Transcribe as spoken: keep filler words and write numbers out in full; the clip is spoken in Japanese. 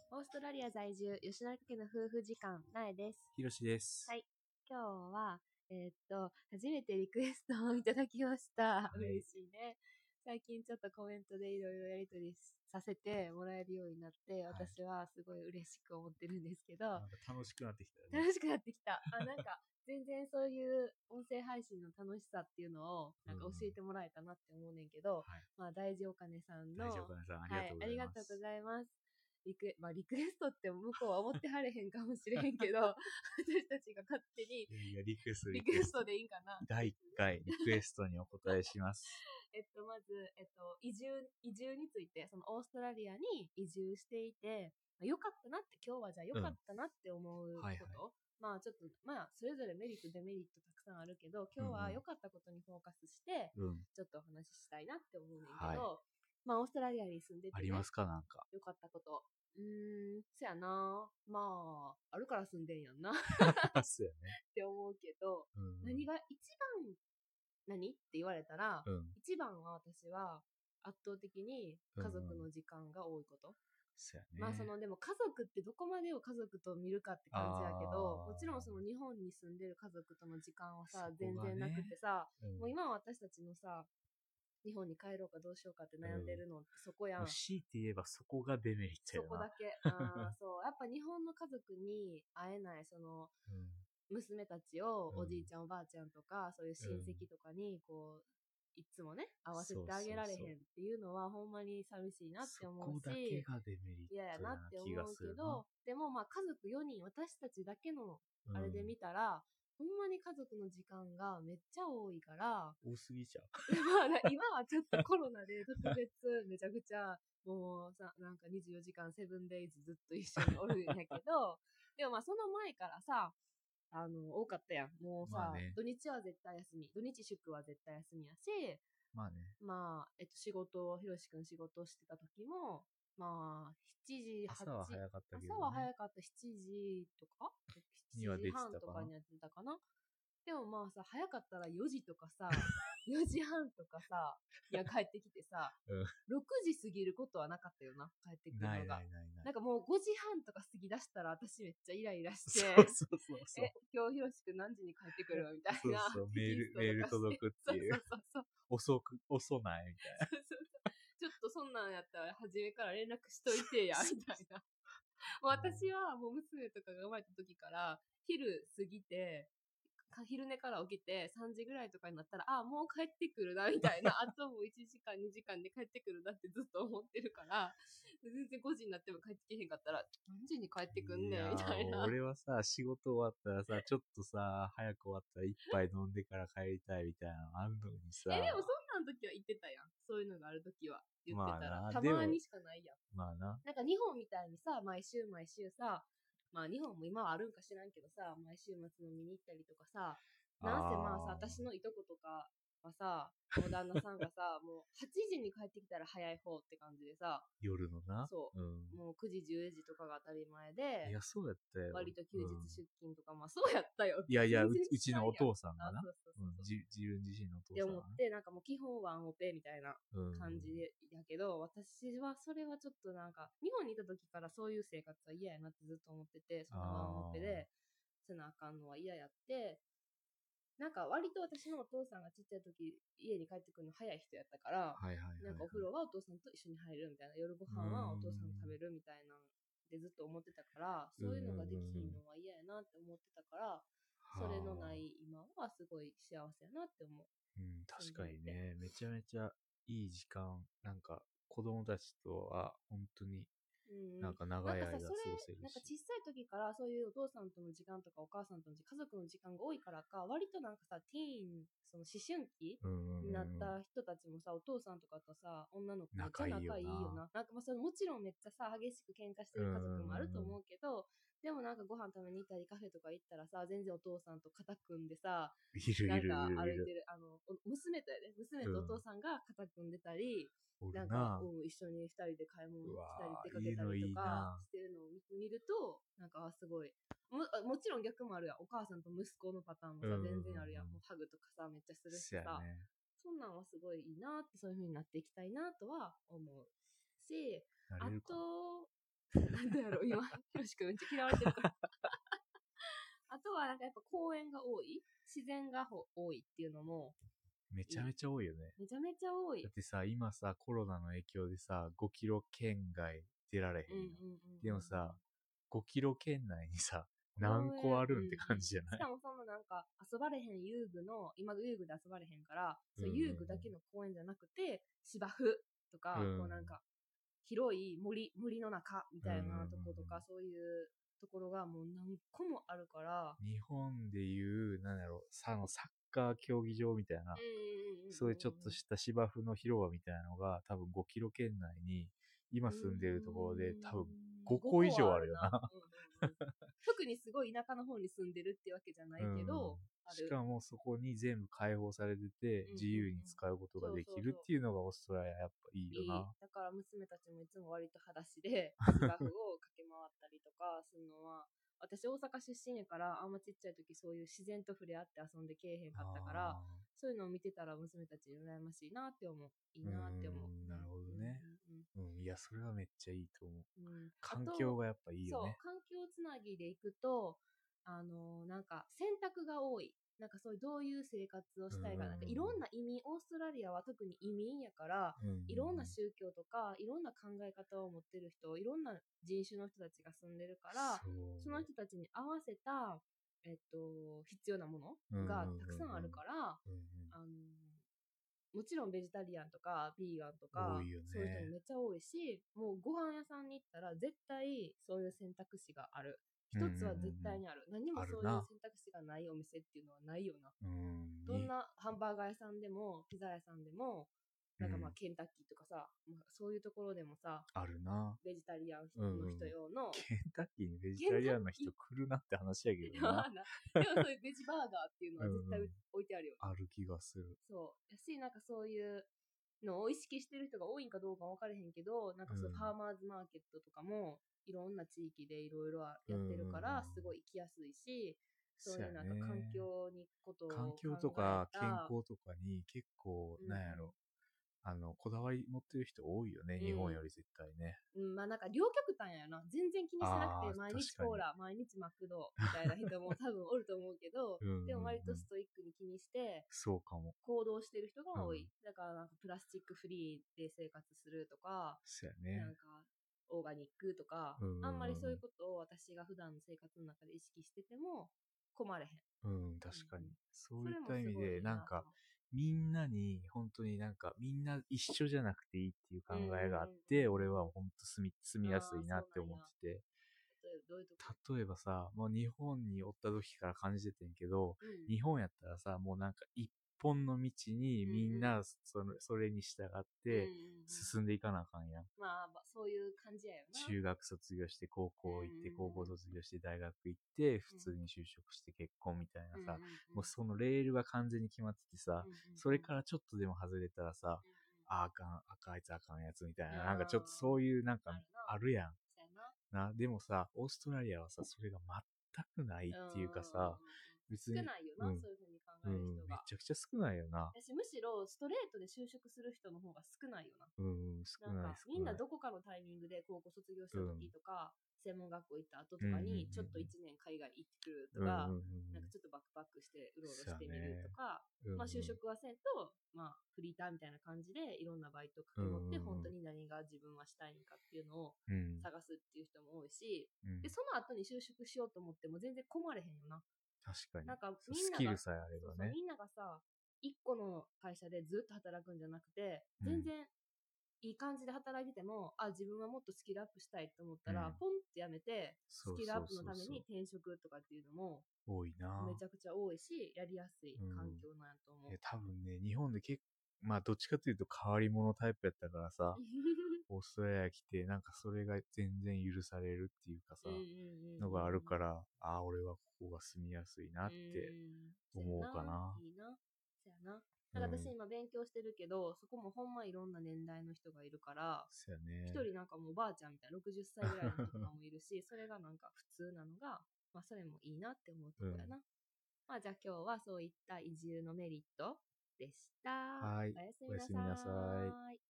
オーストラリア在住、吉永家の夫婦時間、なえです。 ひろしです。 はい。今日は、えーっと、初めてリクエストをいただきました。 はい、 嬉しいね。最近ちょっとコメントでいろいろやり取りさせてもらえるようになって、 はい、 私はすごい嬉しく思ってるんですけど、 なんか楽しくなってきたよね。 楽しくなってきた。あ、なんか、全然そういう音声配信の楽しさっていうのを、なんか教えてもらえたなって思うねんけど、 はい。 まあ、大事お金さんの、 大丈夫かなさん、ありがはい、 とうごありがとうございます。 ざいます。リクエ、まあ、リクエストって向こうは思ってはれへんかもしれへんけど、私たちが勝手に、 いやいや、リクエスト、 リリクエスト。 クエストでいいかな。 だいいっかい、リクエストにお答えします。 えっと、まず、えっと、移住、移住について、そのオーストラリアに移住していて、まあ良かったなって、今日はじゃあ良うん。 かったなって思うはいはい。 こと、まあちょっと、まあそれぞれメリット、デメリットたくさんあるけど、今日うんうん。 は良かったことにフォーカスして、 うん。 ちょっとお話ししたいなって思うねんけはい。 ど、まあオーストラリアに住んでてね、 ありますかなんか。 良かったこと。うーん、そやな。まあ、あるから住んでんやんなっそうやね。 て思うけど、 うん。 何が一番何って言われたら、 うん。 一番は私は圧倒的に家族うんうん。 の時間が多いこと。 そうやね。 まあそのでも家族ってどこまでを家族と見るかって感じやけど、もちろんそのあー、 日本に住んでる家族との時間はさ、 そこ全然なくがね。 てさ、 うん。 もう今は私たちのさ、日本に帰ろうかどうしようかってうん。 悩んでるのってそこやもうん。 強いて言えばそこがデメリットそやな。 こだけ。ああ、そう。やっぱ日本の家族に会えない、その、 うん。 娘たちをうん。 おじいちゃんおばあちゃんとか、そういううん。 親戚とかに、こう、いつもね、合わせそうてあげそうそう。 られへんっていうのは、ほんまに寂しいなってそ思うこだけし、 がデメリッ嫌やなっトやな気がて思うするな。 けど、でもまあ家族よにん、私たちだけのうん。 あれで見たら、ほんまに家族の時間がめっちゃ多いから、 多すぎちゃう。 まあ、今はちょっとコロナで特別めちゃくちゃ、もうさ、なんかにじゅうよじかんセブンデイズずっと一緒におるんやけど、でもまあその前からさ、あの、多かったやん。もうさ、 まあね。 土日は絶対休み。土日祝は絶対休みやし、 まあね。 まあ、えっと、仕事、ひろしくん仕事してた時も、まあ、しちじ、はち、 朝は早かったけ朝はどね。 早かったしちじとかに ?しちは出て時半たかな。 とかにやってたかな。でもまあさ、早かったらよじとかさ、よじはんとかさ、いや、帰ってきてさ、 うん。 ろくじ過ぎることはなかったよな、帰ってくるないなのが。 いないない。 なんかもうごじはんとか過ぎ出したら私めっちゃイライラしそうて、 そうそうそう。 え、今日ひろしくん何時に帰ってくるみたいなそうそう。 テキスメール、 トとかして。 メール届くっそうていう。 そうそうそう。 遅く、遅ないみたいな。 そうそうそうちょっとそんなんやったら初めから連絡しといてや、みたいな。もう私はもう娘とかが生まれた時から、昼過ぎて、昼寝から起きてさんじぐらいとかになったら、あ、もう帰ってくるな、みたいな。あともういちじかん、にじかんで帰ってくるなってずっと思ってるから、全然ごじになっても帰ってけへんかったら、何時に帰ってくんいやねん、みたー、 いな。 俺はさ、仕事終わったらさ、ちょっとさ、早く終わったら一杯飲んでから帰りたいみたいなのあんのにさ。 え、でもそんなん時は言ってたやん。そういうのがある時は。言ってたら。 まあな、でも、 たまにしかないやん。 まあな。 なんか日本みたいにさ、毎週毎週さ、まあ日本も今はあるんか知らんけどさ、毎週末飲みに行ったりとかさ、なんせまあさ、 あ私のいとことかはさ、もう旦那さんがさ、もうはちじに帰ってきたら早い方って感じでさ、 夜のな。 そうん。 う、もうくじ、じゅうじとかが当たり前で、 いや、そうやったよ。 割と休日うん。 出勤とか、まあそうやったよ。 いやいや、う全然うちのお知らんやん。 父さんがあ、 な。 そうそううん、 そうそう。 じ自分自身のお父ってさんがな。 思って、なんかもう基本ワンオペみたいなうん。 感じでやけど、私はそれはちょっとなんか、日本にいた時からそういう生活は嫌やなってずっと思ってて、そのワンオペあでせなあかんのは嫌やって、なんか割と私のお父さんがちっちゃい時、家に帰ってくるの早い人やったから、 あ。はいはいはい、はい。 なんかお風呂はお父さんと一緒に入るみたいな、夜ごうー飯はお父さんと食べん。 るみたいなでずっと思ってたから、 うんうそういうのができひんんうん。 のは嫌やなって思ってたから、それのなはあ。 い今はすごい幸せやなって思う。 うん、 住ん確かでみて。 にね、めちゃめちゃいい時間、なんか子供たちとは本当にうんうん。 なんかなんかさ、 長い間過それ、 ごせるなんかし。 小さい時からそういうお父さんとの時間とかお母さんとの家族の時間が多いからか、割となんかさ、ティーン、その思春期うんうんになっうんうん。 た人たちもさ、お父さんとかとさ、女の子めっちゃ仲いいよ仲いいよな。 な。なんかまあそれもちろんめっちゃさ、激しく喧嘩してうんる家族うんもあるとうんうん。 思うけど、でもなんかご飯食べに行ったりカフェとか行ったらさ、全然お父さんと肩組んでさ、 いるいるいなんかるいる。 歩いてる、あの、お娘とやで、娘とお父うん。 さんが肩組んでたり、 おるなんか、 な。 うん、一緒に二人で買い物うしたりわぁ、 出かけたいいのいいりとかな。 してるのを見見ると、なんか、あすごい。ももちろん逆もあるやん。お母さんと息子のパターンもさ、 うんうんうん全然あるやん。 うん。 もうハグとかさ、めっちゃするしそやさ。 ね。 そんなんはすごいいいなって、そういう風になっていきたいなとは思うし、あなれるかな。 と、 なんだろう、今、ひろしくんめっちゃ嫌われてるから。あとは、なんかやっぱ公園が多い、自然が多いっていうのも、 めちゃめちゃ多いよね。 めちゃめちゃ多い。 だってさ、今さ、コロナの影響でさ、ごキロ圏外出られへんよ。でもさ、ごキロ圏内にさ、何個あるんって感じじゃない？ しかもそのなんか遊ばれへん遊具の、今遊具で遊ばれへんから、そう遊具だけの公園じゃなくて、芝生とか、 うんこうなんか広い森、森の中みたいなとことか、そういうところがもう何個もあるから。 日本でいう、なんだろう、さ、のサッカー競技場みたいな、そういうちょっとした芝生の広場みたいなのが多分ごキロ圏内に、今住んでるところで多分ごこ以上あるよな。 特にすごい田舎の方に住んでるってわけじゃないけど、 うん、しかもそこに全部開放されてて、自由に使うことができるっていうのがオーストラリアやっぱいいよな。 いい。だから娘たちもいつも割と裸足で芝生を駆け回ったりとかするのは、私大阪出身やからあんまちっちゃい時そういう自然と触れ合って遊んでけえへんかったから、そういうのを見てたら娘たち羨ましいなって思う。いいなって思う。 なるほどね。うん、うん、いや、それはめっちゃいいと思う。うん、環境がやっぱいいよね。 そう、環境つなぎでいくと、あのー、なんか選択が多い。なんかそういうどういう生活をしたいか、なんかいろんな移民、オーストラリアは特に移民やから、いろんな宗教とか、いろんな考え方を持ってる人、いろんな人種の人たちが住んでるから、その人たちに合わせた、えっと、必要なものがたくさんあるから、あのもちろんベジタリアンとかビーガンとか、ね、そういう人もめっちゃ多いし、もうご飯屋さんに行ったら絶対そういう選択肢がある。一つは絶対にある。うんうんうん、何もそういう選択肢がないお店っていうのはないよな。うんどんなハンバーガー屋さんでもピザ屋さんでも、なんかまあケンタッキーとかさ、まあ、そういうところでもさ、 あるな。 ベジタリアンの人用の、うん、 ケンタッキーにベジタリアンの人来るなって話やけどな。 でもそういうベジバーガーっていうのは絶対置いてあるよね。 うんうん、ある気がする。 そうやし、なんかそういうのを意識してる人が多いんかどうか分からへんけど、なんかそういうファーマーズマーケットとかもいろんな地域でいろいろやってるから、すごい行きやすいし、そういうなんか環境にことを考えた、 環境とか健康とかに結構、なんやろ、うんあの、こだわり持ってる人多いよね、うん、日本より絶対ね。 うん、まあなんか両極端やな。全然気にしてなくて、毎日コーラ、毎日マクドみたいな人も多分おると思うけど、うんうんうん、でも割とストイックに気にして、 そうかも。 行動してる人が多い。うん、だからなんかプラスチックフリーで生活するとか、 そうやね。 なんかオーガニックとか、うんうんうん、あんまりそういうことを私が普段の生活の中で意識してても困れへん。 うん、確かに。うん、そういった意味で、なんか、みんなに、本当になんか、みんな一緒じゃなくていいっていう考えがあって、俺は本当住み、住みやすいなって思ってて。例えばさ、もう日本におった時から感じててんけど、うん、日本やったらさ、もうなんか一本の道にみんなその、それに従って進んでいかなあかんやん。 まあ、そういう感じやよな。 中学卒業して高校行って、高校卒業して大学行って、普通に就職して結婚みたいなさ、もうそのレールが完全に決まっててさ、それからちょっとでも外れたらさ、あ、あかん、あかん、あいつあかんやつみたいな、なんかちょっとそういうなんかあるやん。な、でもさ、オーストラリアはさ、それが全くないっていうかさ、 別に。少ないよな、うん、そういうふうに考える人が、うん。 めちゃくちゃ少ないよな。 私むしろストレートで就職する人の方が少ないよな。 うん、少ない。 なんかみんなどこかのタイミングで高校卒業した時とか、うん、専門学校行った後とかに、ちょっといちねん海外行ってくるとか、うんうんうん、なんかちょっとバックパックしてうろうろしてみるとか、ね、まあ就職はせんと、まあフリーターみたいな感じでいろんなバイトを掛け持って、本当に何が自分はしたいのかっていうのを探すっていう人も多いし、うん、で、その後に就職しようと思っても全然困れへんよな。 確かに。 なんかみんながスキルさえあればね。そうそうみんながさ、一個の会社でずっと働くんじゃなくて、全然いい感じで働いてても、うん、あ、自分はもっとスキルアップしたいと思ったら、うん、ポンってやめて、スキルアップのために転職とかっていうのも、 多いな。 めちゃくちゃ多いし、やりやすい環境なんやと思う。 うん、多分ね、日本で結構、まあどっちかというと変わり者タイプやったからさ、オーストラリア来て、なんかそれが全然許されるっていうかさ、のがあるから、ああ、俺はここが住みやすいなって思うかな。 いいな。そやな。なんか私今勉強してるけど、うん、そこもほんまいろんな年代の人がいるから、 そうやね。 一人なんかもうおばあちゃんみたいなろくじゅっさいぐらいの人とかもいるし、それがなんか普通なのが、まあそれもいいなって思うとこやな。うん、まあじゃあ今日はそういった移住のメリットでした。 はい。 おやすみなさい。